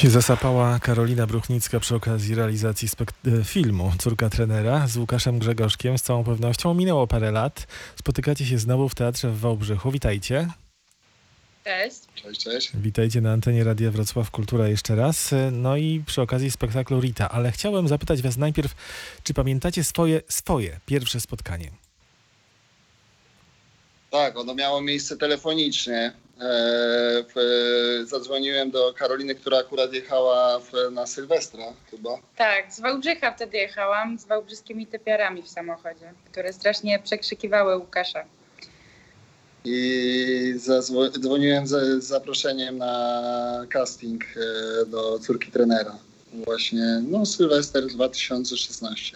Się zasapała Karolina Bruchnicka przy okazji realizacji filmu Córka trenera z Łukaszem Grzegorzkiem. Z całą pewnością minęło parę lat. Spotykacie się znowu w teatrze w Wałbrzychu. Witajcie. Cześć. Cześć, cześć. Witajcie na antenie Radia Wrocław Kultura jeszcze raz. No i przy okazji spektaklu Rita. Ale chciałem zapytać was najpierw, czy pamiętacie swoje pierwsze spotkanie? Tak, ono miało miejsce telefonicznie. Zadzwoniłem do Karoliny, która akurat jechała na Sylwestra chyba. Tak, z Wałbrzycha wtedy jechałam, z wałbrzyskimi typiarami w samochodzie, które strasznie przekrzykiwały Łukasza. I dzwoniłem z zaproszeniem na casting do Córki trenera. Właśnie, Sylwester 2016.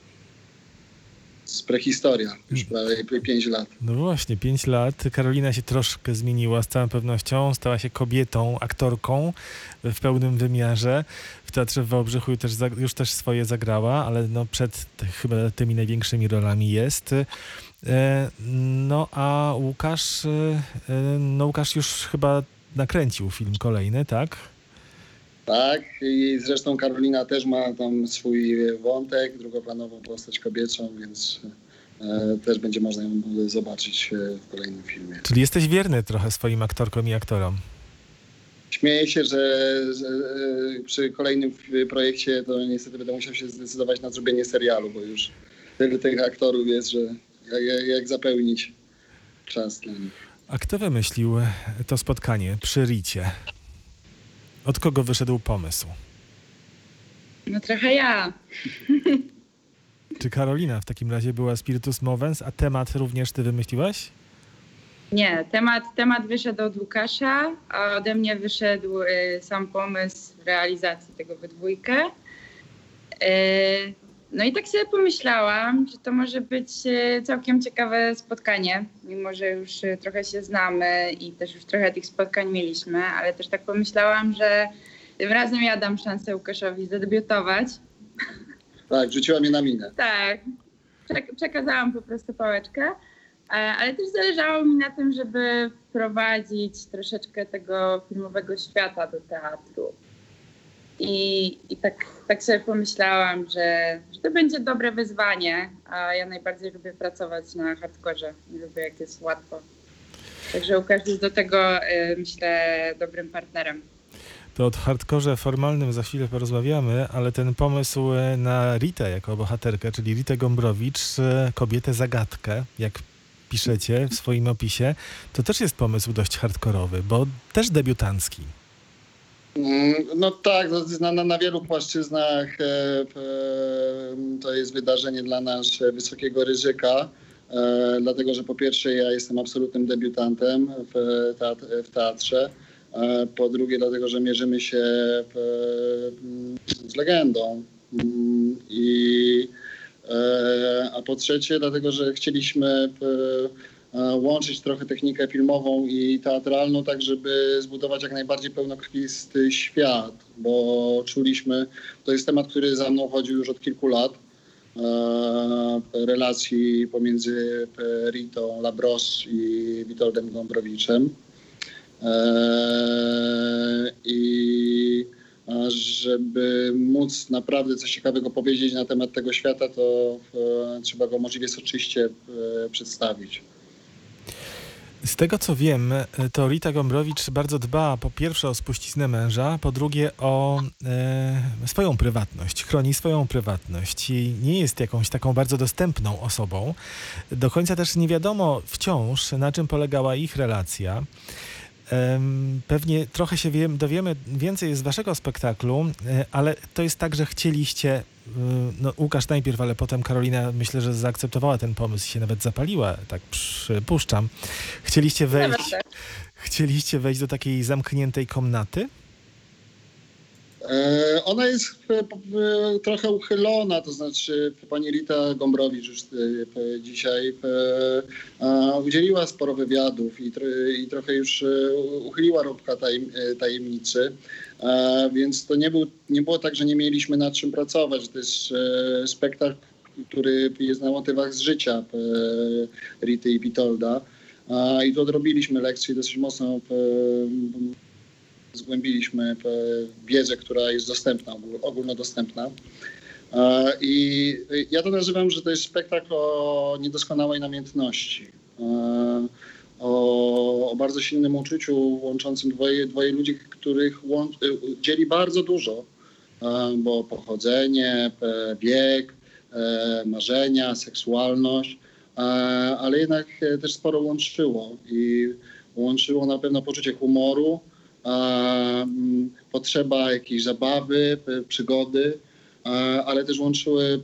Z prehistoria, już prawie 5 lat. No właśnie, 5 lat. Karolina się troszkę zmieniła z całą pewnością. Stała się kobietą, aktorką w pełnym wymiarze. W Teatrze w Wałbrzychu już też swoje zagrała, ale przed chyba tymi największymi rolami jest. A Łukasz już chyba nakręcił film kolejny, tak? Tak, i zresztą Karolina też ma tam swój wątek, drugoplanową postać kobiecą, więc też będzie można ją zobaczyć w kolejnym filmie. Czyli jesteś wierny trochę swoim aktorkom i aktorom. Śmieję się, że przy kolejnym projekcie to niestety będę musiał się zdecydować na zrobienie serialu, bo już tyle tych aktorów jest, że jak zapełnić czas dla nich. A kto wymyślił to spotkanie przy Ricie? Od kogo wyszedł pomysł? No trochę ja. Czy Karolina w takim razie była spiritus movens, a temat również ty wymyśliłaś? Nie, temat wyszedł od Łukasza, a ode mnie wyszedł sam pomysł realizacji tego we dwójkę. No i tak sobie pomyślałam, że to może być całkiem ciekawe spotkanie, mimo że już trochę się znamy i też już trochę tych spotkań mieliśmy, ale też tak pomyślałam, że tym razem ja dam szansę Łukaszowi zadebiutować. Tak, rzuciła mnie na minę. Tak, przekazałam po prostu pałeczkę, ale też zależało mi na tym, żeby wprowadzić troszeczkę tego filmowego świata do teatru. I tak sobie pomyślałam, że to będzie dobre wyzwanie, a ja najbardziej lubię pracować na hardkorze. Nie lubię, jak jest łatwo. Także Łukasz jest do tego, myślę, dobrym partnerem. To o hardkorze formalnym za chwilę porozmawiamy, ale ten pomysł na Ritę jako bohaterkę, czyli Ritę Gombrowicz, kobietę zagadkę, jak piszecie w swoim opisie, to też jest pomysł dość hardkorowy, bo też debiutancki. No tak, na wielu płaszczyznach to jest wydarzenie dla nas wysokiego ryzyka, dlatego że po pierwsze ja jestem absolutnym debiutantem w teatrze, po drugie dlatego, że mierzymy się z legendą a po trzecie dlatego, że chcieliśmy łączyć trochę technikę filmową i teatralną, tak żeby zbudować jak najbardziej pełnokrwisty świat, bo czuliśmy, to jest temat, który za mną chodził już od kilku lat, relacji pomiędzy Ritą Labros i Witoldem Gombrowiczem. I żeby móc naprawdę coś ciekawego powiedzieć na temat tego świata, to trzeba go możliwie soczyście przedstawić. Z tego co wiem, to Rita Gombrowicz bardzo dba po pierwsze o spuściznę męża, po drugie o swoją prywatność, chroni swoją prywatność i nie jest jakąś taką bardzo dostępną osobą. Do końca też nie wiadomo wciąż, na czym polegała ich relacja. Pewnie trochę się dowiemy więcej z waszego spektaklu, ale to jest tak, że chcieliście, Łukasz najpierw, ale potem Karolina myślę, że zaakceptowała ten pomysł i się nawet zapaliła, tak przypuszczam. Chcieliście wejść do takiej zamkniętej komnaty? Ona jest trochę uchylona, to znaczy pani Rita Gombrowicz już dzisiaj udzieliła sporo wywiadów i trochę już uchyliła rąbka tajemnicy, więc to nie było tak, że nie mieliśmy nad czym pracować, że to jest spektakl, który jest na motywach z życia Rity i Witolda i tu odrobiliśmy lekcję dosyć mocno zgłębiliśmy wiedzę, która jest dostępna, ogólnodostępna. I ja to nazywam, że to jest spektakl o niedoskonałej namiętności, o bardzo silnym uczuciu łączącym dwoje ludzi, których dzieli bardzo dużo, bo pochodzenie, wiek, marzenia, seksualność, ale jednak też sporo łączyło i łączyło na pewno poczucie humoru, potrzeba jakiejś zabawy, przygody, ale też łączyły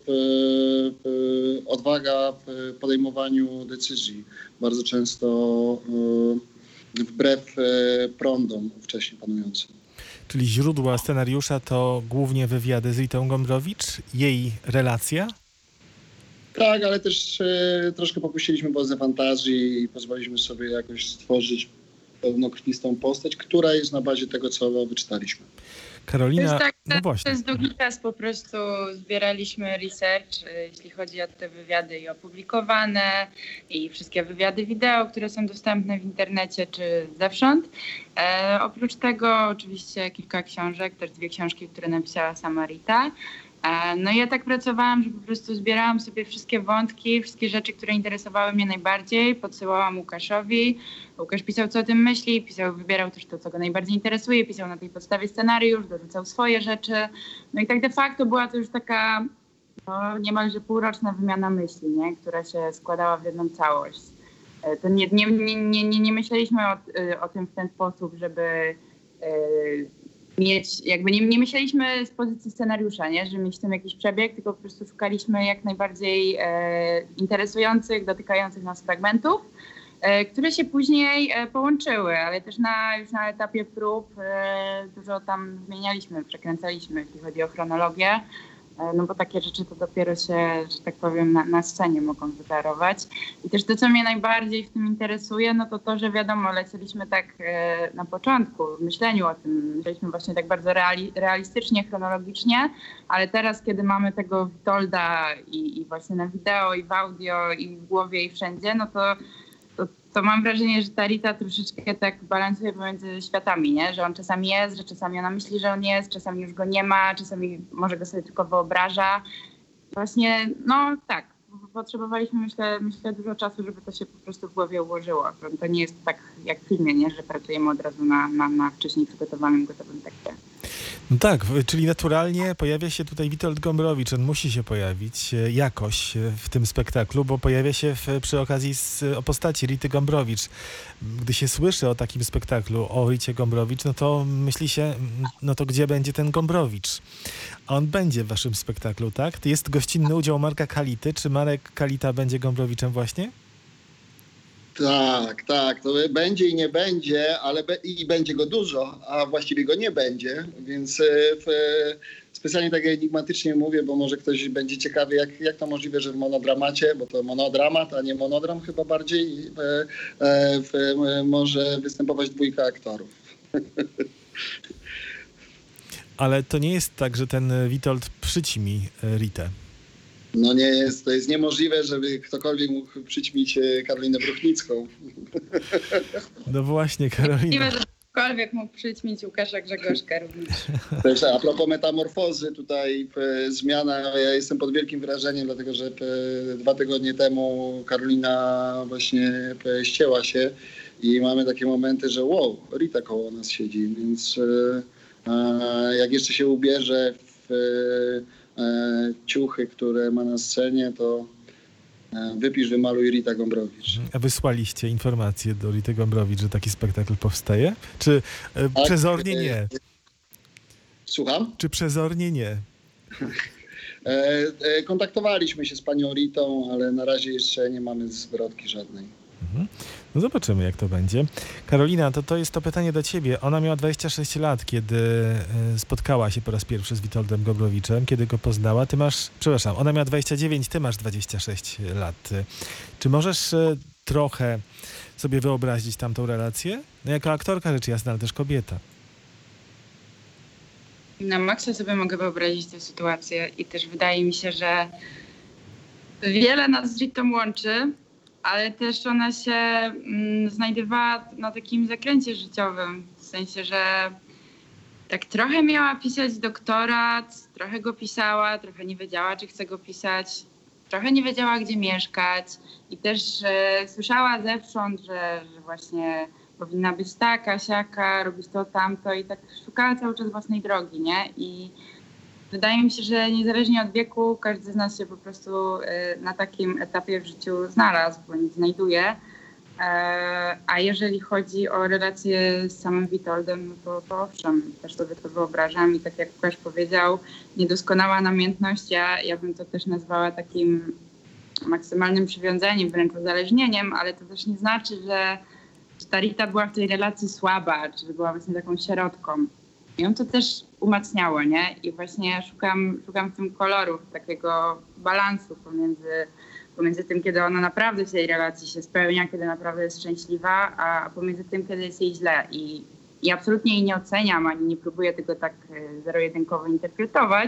odwaga w podejmowaniu decyzji, bardzo często wbrew prądom wcześniej panującym. Czyli źródła scenariusza to głównie wywiady z Ritą Gombrowicz, jej relacja? Tak, ale też troszkę popuściliśmy poza fantazji i pozwoliliśmy sobie jakoś stworzyć pełnokrwistą postać, która jest na bazie tego, co wyczytaliśmy. Karolina, To jest tak, no to właśnie. jest długi czas po prostu zbieraliśmy research, jeśli chodzi o te wywiady i opublikowane i wszystkie wywiady wideo, które są dostępne w internecie czy zewsząd. Oprócz tego oczywiście kilka książek, też 2 książki, które napisała sama Rita. No i ja tak pracowałam, że po prostu zbierałam sobie wszystkie wątki, wszystkie rzeczy, które interesowały mnie najbardziej, podsyłałam Łukaszowi. Łukasz pisał, co o tym myśli, wybierał też to, co go najbardziej interesuje, pisał na tej podstawie scenariusz, dorzucał swoje rzeczy. No i tak de facto była to już taka niemalże półroczna wymiana myśli, nie? Która się składała w jedną całość. To nie myśleliśmy o tym w ten sposób, żeby nie myśleliśmy z pozycji scenariusza, nie? Że mieć w tym jakiś przebieg, tylko po prostu szukaliśmy jak najbardziej interesujących, dotykających nas fragmentów, które się później połączyły, ale też już na etapie prób dużo tam zmienialiśmy, przekręcaliśmy, jeśli chodzi o chronologię, no bo takie rzeczy to dopiero się, że tak powiem, na scenie mogą wyklarować. I też to, co mnie najbardziej w tym interesuje, no to, że wiadomo, lecieliśmy tak na początku w myśleniu o tym, myśleliśmy właśnie tak bardzo realistycznie, chronologicznie, ale teraz, kiedy mamy tego Witolda i właśnie na wideo, i w audio, i w głowie, i wszędzie, no to mam wrażenie, że ta Rita troszeczkę tak balansuje pomiędzy światami, nie? Że on czasami jest, że czasami ona myśli, że on jest, czasami już go nie ma, czasami może go sobie tylko wyobraża. Właśnie, no tak, potrzebowaliśmy myślę dużo czasu, żeby to się po prostu w głowie ułożyło. To nie jest tak jak w filmie, nie? Że pracujemy od razu na wcześniej przygotowanym, gotowym tekście. No tak, czyli naturalnie pojawia się tutaj Witold Gombrowicz. On musi się pojawić jakoś w tym spektaklu, bo pojawia się przy okazji o postaci Rity Gombrowicz. Gdy się słyszy o takim spektaklu, o Ricie Gombrowicz, no to myśli się, no to gdzie będzie ten Gombrowicz? A on będzie w waszym spektaklu, tak? To jest gościnny udział Marka Kality. Czy Marek Kalita będzie Gombrowiczem właśnie? Tak, to będzie i nie będzie, ale i będzie go dużo, a właściwie go nie będzie, więc specjalnie tak enigmatycznie mówię, bo może ktoś będzie ciekawy, jak to możliwe, że w monodramacie, bo to monodramat, a nie monodram chyba bardziej, może występować 2 aktorów. Ale to nie jest tak, że ten Witold przyćmi Ritę. No nie jest, to jest niemożliwe, żeby ktokolwiek mógł przyćmić Karolinę Bruchnicką. No właśnie, Karolina. Możliwe, że ktokolwiek mógł przyćmić Łukasza Grzegorzka również. Też a propos metamorfozy, tutaj zmiana, ja jestem pod wielkim wrażeniem, dlatego że 2 tygodnie temu Karolina właśnie ścięła się i mamy takie momenty, że wow, Rita koło nas siedzi, więc jak jeszcze się ubierze w ciuchy, które ma na scenie, to wypisz, wymaluj Rita Gombrowicz. A wysłaliście informację do Rity Gombrowicz, że taki spektakl powstaje? Czy przezornie nie? Słucham? Czy przezornie nie? Kontaktowaliśmy się z panią Ritą, ale na razie jeszcze nie mamy zwrotki żadnej. No zobaczymy, jak to będzie. Karolina, to jest to pytanie do ciebie. Ona miała 26 lat, kiedy spotkała się po raz pierwszy z Witoldem Gombrowiczem, kiedy go poznała. Ona miała 29, ty masz 26 lat. Czy możesz trochę sobie wyobrazić tamtą relację? No, jako aktorka rzecz jasna, ale też kobieta. Na maksa sobie mogę wyobrazić tę sytuację i też wydaje mi się, że wiele nas z Ritą łączy, ale też ona się znajdowała na takim zakręcie życiowym, w sensie, że Tak trochę miała pisać doktorat, trochę go pisała, trochę nie wiedziała, czy chce go pisać, trochę nie wiedziała, gdzie mieszkać i też słyszała zewsząd, że właśnie powinna być taka, siaka, robić to, tamto i tak szukała cały czas własnej drogi, nie? I wydaje mi się, że niezależnie od wieku każdy z nas się po prostu na takim etapie w życiu znalazł, bądź znajduje. A jeżeli chodzi o relacje z samym Witoldem, no to owszem, też sobie to wyobrażam i tak jak Łukasz powiedział, niedoskonała namiętność, ja bym to też nazwała takim maksymalnym przywiązaniem, wręcz uzależnieniem, ale to też nie znaczy, że ta Rita była w tej relacji słaba, czy że była właśnie taką sierotką. I ją to też umacniało, nie? I właśnie szukam w tym kolorów, takiego balansu pomiędzy tym, kiedy ona naprawdę w tej relacji się spełnia, kiedy naprawdę jest szczęśliwa, a pomiędzy tym, kiedy jest jej źle. I absolutnie jej nie oceniam, ani nie próbuję tego tak zero-jedynkowo interpretować.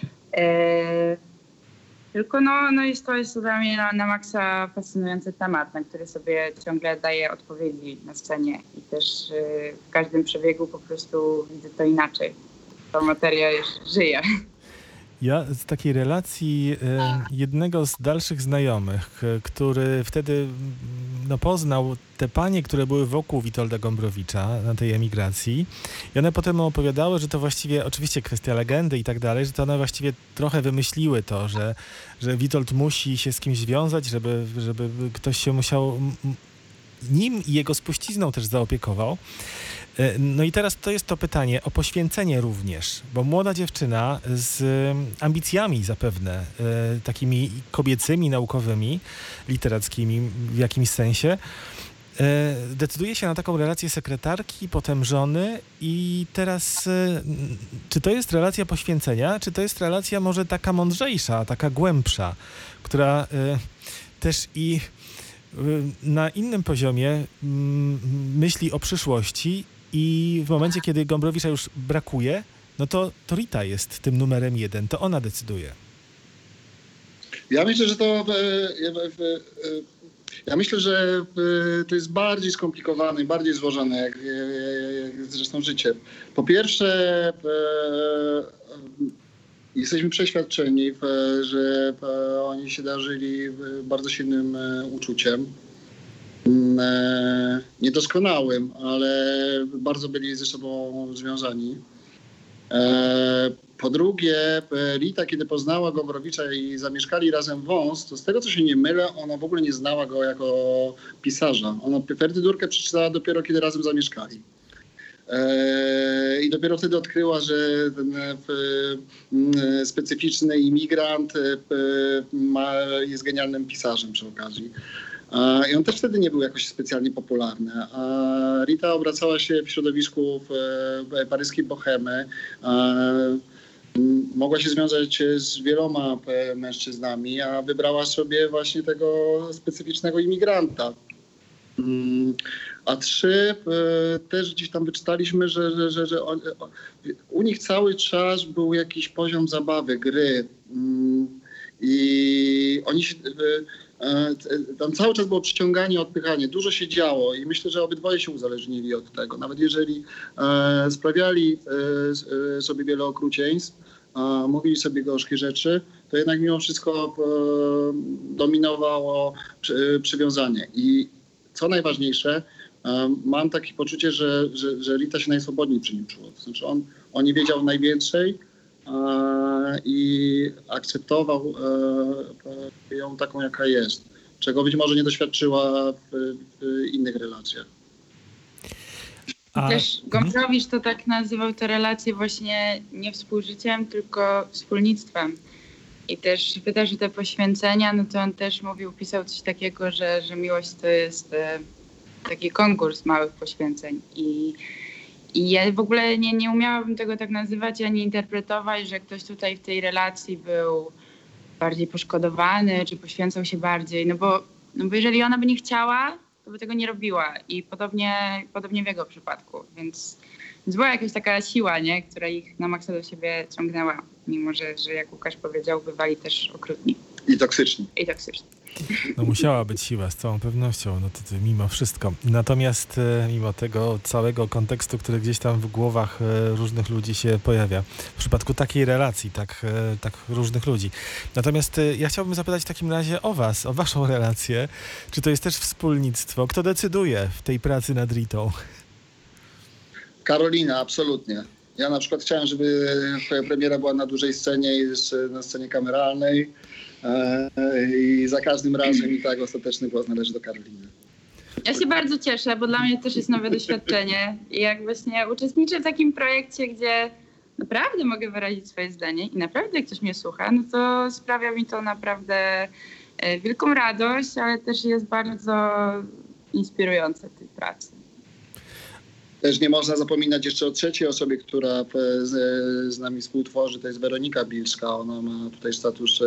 Tylko jest to dla mnie na maksa fascynujący temat, na który sobie ciągle daję odpowiedzi na scenie i też w każdym przebiegu po prostu widzę to inaczej. Ta materia już żyje. Ja z takiej relacji jednego z dalszych znajomych, który wtedy poznał te panie, które były wokół Witolda Gombrowicza na tej emigracji i one potem mu opowiadały, że to właściwie, oczywiście kwestia legendy i tak dalej, że to one właściwie trochę wymyśliły to, że Witold musi się z kimś związać, żeby ktoś się musiał nim i jego spuścizną też zaopiekował. No i teraz to jest to pytanie o poświęcenie również, bo młoda dziewczyna z ambicjami zapewne, takimi kobiecymi, naukowymi, literackimi w jakimś sensie, decyduje się na taką relację sekretarki, potem żony i teraz czy to jest relacja poświęcenia, czy to jest relacja może taka mądrzejsza, taka głębsza, która też i na innym poziomie myśli o przyszłości i w momencie, kiedy Gombrowicza już brakuje, no to Rita jest tym numerem 1, to ona decyduje. Ja myślę, że to jest bardziej skomplikowane i bardziej złożone, jak zresztą życie. Po pierwsze, jesteśmy przeświadczeni, że oni się darzyli bardzo silnym uczuciem. Niedoskonałym, ale bardzo byli ze sobą związani. Po drugie, Rita, kiedy poznała Gombrowicza i zamieszkali razem wąs, to z tego, co się nie mylę, ona w ogóle nie znała go jako pisarza. Ona Ferdydurkę przeczytała dopiero, kiedy razem zamieszkali. I dopiero wtedy odkryła, że ten specyficzny imigrant jest genialnym pisarzem przy okazji. I on też wtedy nie był jakoś specjalnie popularny. A Rita obracała się w środowisku paryskiej bohemy. Mogła się związać z wieloma mężczyznami, a wybrała sobie właśnie tego specyficznego imigranta. A 3, też gdzieś tam wyczytaliśmy, że u nich cały czas był jakiś poziom zabawy, gry. I oni się... Tam cały czas było przyciąganie, odpychanie, dużo się działo i myślę, że obydwoje się uzależnili od tego. Nawet jeżeli sprawiali sobie wiele okrucieństw, mówili sobie gorzkie rzeczy, to jednak mimo wszystko dominowało przywiązanie. I co najważniejsze, mam takie poczucie, że Rita się najswobodniej przy nim czuła. To znaczy on nie wiedział najwięcej, i akceptował ją taką, jaka jest, czego być może nie doświadczyła w innych relacjach. Też Gombrowicz to tak nazywał te relacje właśnie nie współżyciem, tylko wspólnictwem. I też pyta, że te poświęcenia, no to on też pisał coś takiego, że miłość to jest taki konkurs małych poświęceń. I ja w ogóle nie umiałabym tego tak nazywać ani interpretować, że ktoś tutaj w tej relacji był bardziej poszkodowany, czy poświęcał się bardziej. No bo jeżeli ona by nie chciała, to by tego nie robiła. I podobnie w jego przypadku. Więc była jakaś taka siła, nie? Która ich na maksa do siebie ciągnęła. Mimo, że jak Łukasz powiedział, bywali też okrutni. I toksyczni. No musiała być siła, z całą pewnością, no to mimo wszystko. Natomiast mimo tego całego kontekstu, który gdzieś tam w głowach różnych ludzi się pojawia, w przypadku takiej relacji, tak różnych ludzi. Natomiast ja chciałbym zapytać w takim razie o was, o waszą relację. Czy to jest też wspólnictwo? Kto decyduje w tej pracy nad Ritą? Karolina, absolutnie. Ja na przykład chciałem, żeby premiera była na dużej scenie i jeszcze na scenie kameralnej. I za każdym razem i tak ostateczny głos należy do Karoliny. Ja się bardzo cieszę, bo dla mnie też jest nowe doświadczenie. I jak właśnie uczestniczę w takim projekcie, gdzie naprawdę mogę wyrazić swoje zdanie i naprawdę jak ktoś mnie słucha, no to sprawia mi to naprawdę wielką radość, ale też jest bardzo inspirujące w tej pracy. Też nie można zapominać jeszcze o trzeciej osobie, która z nami współtworzy, to jest Weronika Bilska. Ona ma tutaj status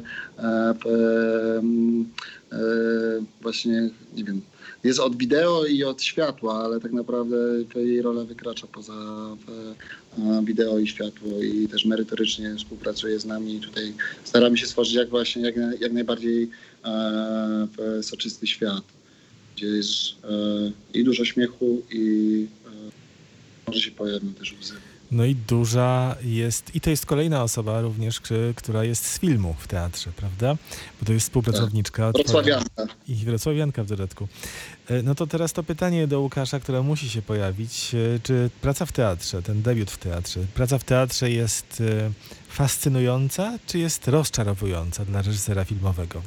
właśnie, nie wiem, jest od wideo i od światła, ale tak naprawdę jej rola wykracza poza wideo i światło i też merytorycznie współpracuje z nami. I tutaj staramy się stworzyć jak najbardziej soczysty świat, gdzie jest i dużo śmiechu i może się pojawią też łzy. No i duża jest, i to jest kolejna osoba również, która jest z filmu w teatrze, prawda? Bo to jest współpracowniczka. Wrocławianka. I wrocławianka w dodatku. No to teraz to pytanie do Łukasza, które musi się pojawić. Czy praca w teatrze, ten debiut w teatrze, praca w teatrze jest fascynująca, czy jest rozczarowująca dla reżysera filmowego?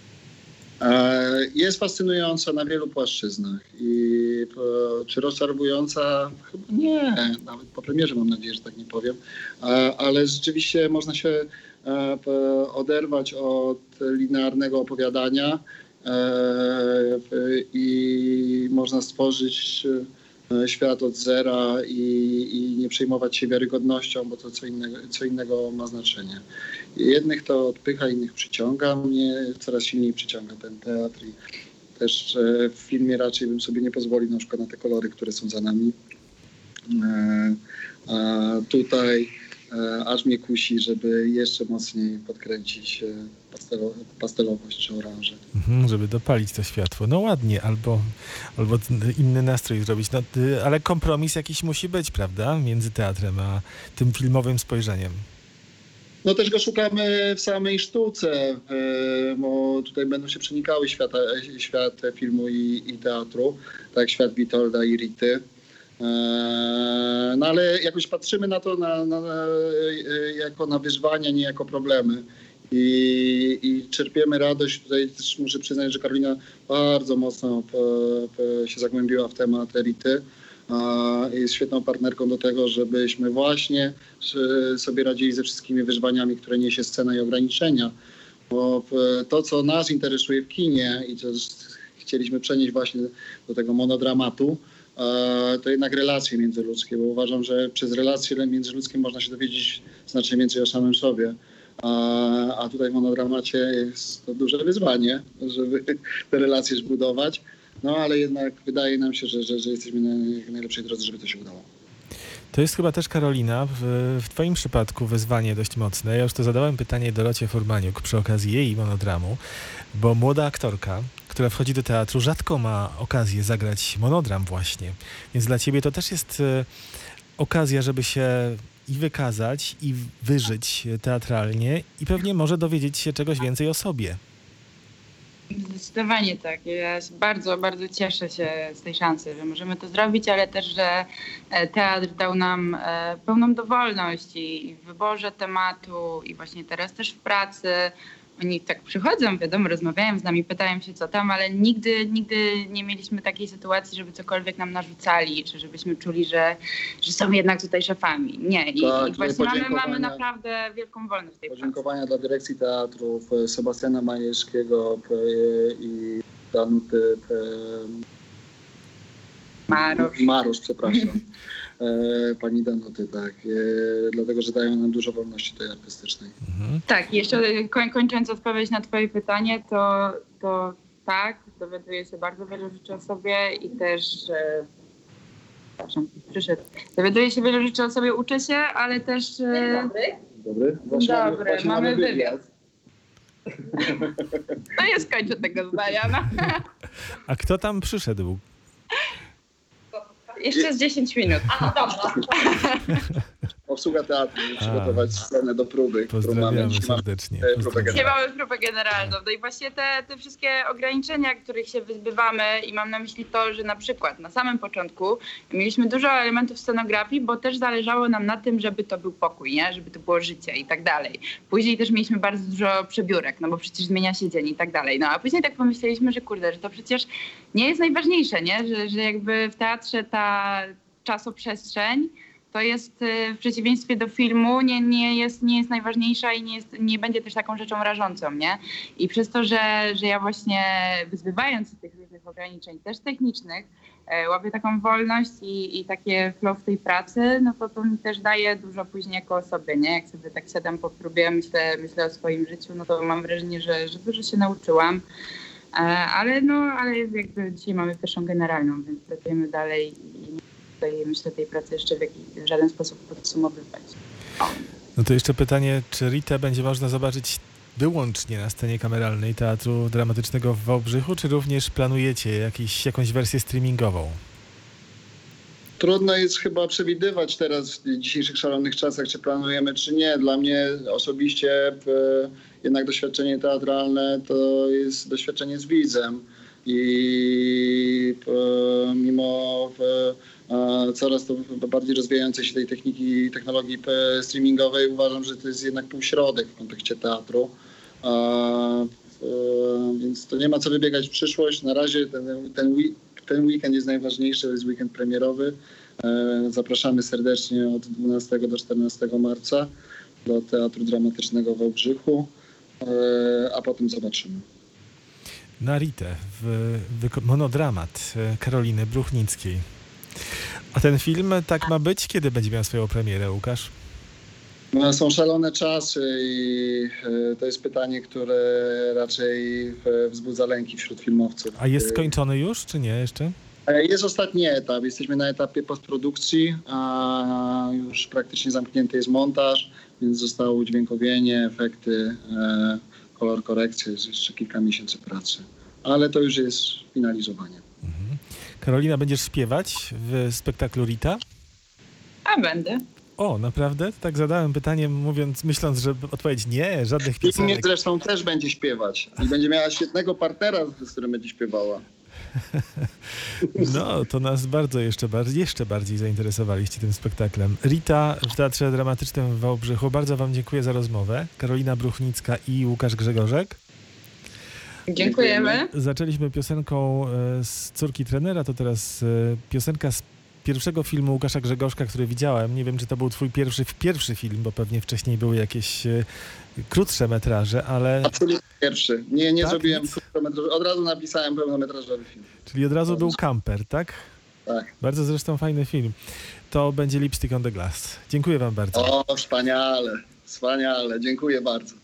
Jest fascynująca na wielu płaszczyznach i czy rozczarowująca? Chyba nie, nawet po premierze mam nadzieję, że tak nie powiem, ale rzeczywiście można się oderwać od linearnego opowiadania i można stworzyć świat od zera i nie przejmować się wiarygodnością, bo to co innego ma znaczenie. Jednych to odpycha, innych przyciąga. Mnie coraz silniej przyciąga ten teatr i też w filmie raczej bym sobie nie pozwolił na przykład na te kolory, które są za nami. A tutaj aż mnie kusi, żeby jeszcze mocniej podkręcić pastelowość czy oranżę. Żeby dopalić to światło. No ładnie, albo inny nastrój zrobić. No, ale kompromis jakiś musi być, prawda? Między teatrem a tym filmowym spojrzeniem. No też go szukamy w samej sztuce, bo tutaj będą się przenikały świat filmu i teatru, tak jak świat Witolda i Rity. No ale jakoś patrzymy na to jako na wyzwania, nie jako problemy. I czerpiemy radość. Tutaj też muszę przyznać, że Karolina bardzo mocno się zagłębiła w temat Rity. Jest świetną partnerką do tego, żebyśmy właśnie sobie radzili ze wszystkimi wyzwaniami, które niesie scena i ograniczenia. Bo to, co nas interesuje w kinie i co chcieliśmy przenieść właśnie do tego monodramatu, to jednak relacje międzyludzkie, bo uważam, że przez relacje międzyludzkie można się dowiedzieć znacznie więcej o samym sobie. A tutaj w monodramacie jest to duże wyzwanie, żeby te relacje zbudować. No ale jednak wydaje nam się, że jesteśmy na najlepszej drodze, żeby to się udało. To jest chyba też, Karolina, w twoim przypadku wyzwanie dość mocne. Ja już to zadałem pytanie Dorocie Furmaniuk przy okazji jej monodramu, bo młoda aktorka, która wchodzi do teatru, rzadko ma okazję zagrać monodram właśnie. Więc dla ciebie to też jest okazja, żeby się i wykazać, i wyżyć teatralnie i pewnie może dowiedzieć się czegoś więcej o sobie. Zdecydowanie tak. Ja się bardzo, bardzo cieszę się z tej szansy, że możemy to zrobić, ale też, że teatr dał nam pełną dowolność i w wyborze tematu i właśnie teraz też w pracy. Oni tak przychodzą, wiadomo, rozmawiają z nami, pytają się co tam, ale nigdy nie mieliśmy takiej sytuacji, żeby cokolwiek nam narzucali, czy żebyśmy czuli, że są jednak tutaj szefami. Nie. I właśnie mamy naprawdę wielką wolność w tej pracy. Podziękowania dla dyrekcji teatrów, Sebastiana Majewskiego i Danuty Marosz, przepraszam. Pani Danuty, tak. Dlatego, że dają nam dużo wolności tej artystycznej. Tak, jeszcze kończąc odpowiedź na twoje pytanie, to tak, dowiaduję się bardzo wiele rzeczy o sobie i też dowiaduję się wiele rzeczy o sobie, uczę się, ale też... Dobry. Dobry, mamy wywiad. No nie skończę tego zdania, no. A kto tam przyszedł? Jeszcze z 10 minut. Obsługa teatru, przygotować scenę do próby, którą mamy. Pozdrawiamy Dzisiaj mamy serdecznie. próbę Pozdrawiamy. Dzisiaj mamy próbę generalną. No i właśnie te wszystkie ograniczenia, których się wyzbywamy i mam na myśli to, że na przykład na samym początku mieliśmy dużo elementów scenografii, bo też zależało nam na tym, żeby to był pokój, nie? Żeby to było życie i tak dalej. Później też mieliśmy bardzo dużo przebiórek, no bo przecież zmienia się dzień i tak dalej. No a później tak pomyśleliśmy, że kurde, że to przecież nie jest najważniejsze, nie? Że jakby w teatrze ta czasoprzestrzeń to jest w przeciwieństwie do filmu nie jest najważniejsza i nie będzie też taką rzeczą rażącą, nie? I przez to, że ja właśnie wyzbywając się tych różnych ograniczeń, też technicznych, łapię taką wolność i takie flow w tej pracy, no to mi też daje dużo później jako osobie, nie? Jak sobie tak siadam po próbie, myślę o swoim życiu, no to mam wrażenie, że dużo się nauczyłam. Ale jakby dzisiaj mamy pierwszą generalną, więc pracujemy dalej i tutaj myślę tej pracy jeszcze w żaden sposób podsumowywać. No to jeszcze pytanie, czy Ritę będzie można zobaczyć wyłącznie na scenie kameralnej Teatru Dramatycznego w Wałbrzychu, czy również planujecie jakąś wersję streamingową? Trudno jest chyba przewidywać teraz w dzisiejszych szalonych czasach, czy planujemy, czy nie. Dla mnie osobiście jednak doświadczenie teatralne to jest doświadczenie z widzem. I mimo coraz to bardziej rozwijającej się tej technologii streamingowej uważam, że to jest jednak półśrodek w kontekście teatru. Więc to nie ma co wybiegać w przyszłość. Na razie ten weekend jest najważniejszy, to jest weekend premierowy. Zapraszamy serdecznie od 12 do 14 marca do Teatru Dramatycznego w Wałbrzychu, a potem zobaczymy. Na Ritę, monodramat Karoliny Bruchnickiej. A ten film tak ma być? Kiedy będzie miał swoją premierę, Łukasz? No, są szalone czasy i to jest pytanie, które raczej wzbudza lęki wśród filmowców. A jest skończony już, czy nie jeszcze? Jest ostatni etap. Jesteśmy na etapie postprodukcji, a już praktycznie zamknięty jest montaż, więc zostało udźwiękowienie, efekty, kolor korekcji, jest jeszcze kilka miesięcy pracy. Ale to już jest finalizowanie. Mhm. Karolina, będziesz śpiewać w spektaklu Rita? A będę. O, naprawdę? Tak zadałem pytanie, myśląc, że odpowiedź nie, żadnych I mnie piosenek. zresztą też będzie śpiewać. I będzie miała świetnego partnera, z którym będzie śpiewała. No, to nas jeszcze bardziej zainteresowaliście tym spektaklem. Rita w Teatrze Dramatycznym w Wałbrzychu. Bardzo wam dziękuję za rozmowę. Karolina Bruchnicka i Łukasz Grzegorzek. Dziękujemy. Zaczęliśmy piosenką z Córki trenera, to teraz piosenka z pierwszego filmu Łukasza Grzegorzka, który widziałem. Nie wiem, czy to był twój pierwszy film, bo pewnie wcześniej były jakieś krótsze metraże, ale... Absolutnie pierwszy. Nie Tak? zrobiłem Nic? krótkometrażowy. Od razu napisałem pełnometrażowy film. Czyli od razu był Camper, tak? Tak. Bardzo zresztą fajny film. To będzie Lipstick on the Glass. Dziękuję wam bardzo. O, wspaniale. Wspaniale. Dziękuję bardzo.